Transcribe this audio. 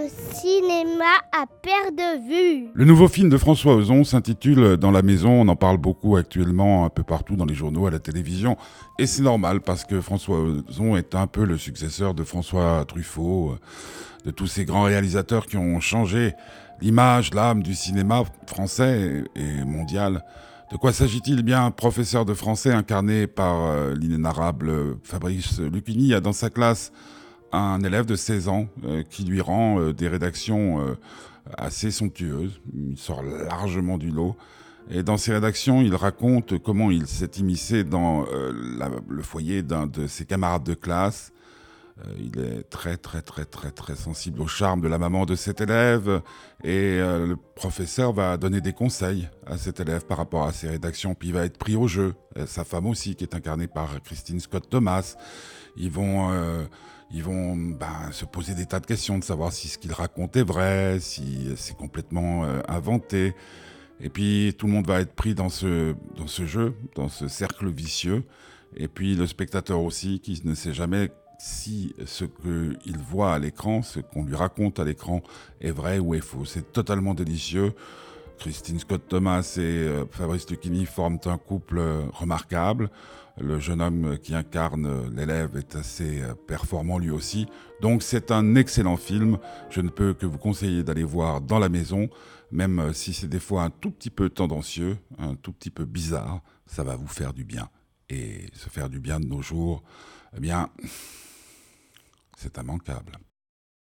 cinéma à perte de vue. Le nouveau film de François Ozon s'intitule Dans la maison. On en parle beaucoup actuellement un peu partout dans les journaux, à la télévision. Et c'est normal parce que François Ozon est un peu le successeur de François Truffaut, de tous ces grands réalisateurs qui ont changé l'image, l'âme du cinéma français et mondial. De quoi s'agit-il? Bien, professeur de français incarné par l'inénarrable Fabrice Lucchini a dans sa classe un élève de 16 ans qui lui rend des rédactions assez somptueuses. Il sort largement du lot. Et dans ces rédactions, il raconte comment il s'est immiscé dans le foyer d'un de ses camarades de classe. Il est très sensible au charme de la maman de cet élève et le professeur va donner des conseils à cet élève par rapport à ses rédactions, puis il va être pris au jeu. Sa femme aussi, qui est incarnée par Christine Scott Thomas. Ils vont se poser des tas de questions, de savoir si ce qu'il raconte est vrai, si c'est complètement inventé. Et puis tout le monde va être pris dans ce jeu, dans ce cercle vicieux. Et puis le spectateur aussi, qui ne sait jamais si ce qu'il voit à l'écran, ce qu'on lui raconte à l'écran est vrai ou est faux. C'est totalement délicieux. Christine Scott Thomas et Fabrice Lucchini forment un couple remarquable. Le jeune homme qui incarne l'élève est assez performant lui aussi. Donc c'est un excellent film. Je ne peux que vous conseiller d'aller voir dans la maison, même si c'est des fois un tout petit peu tendancieux, un tout petit peu bizarre, ça va vous faire du bien. Et se faire du bien de nos jours, eh bien, c'est immanquable.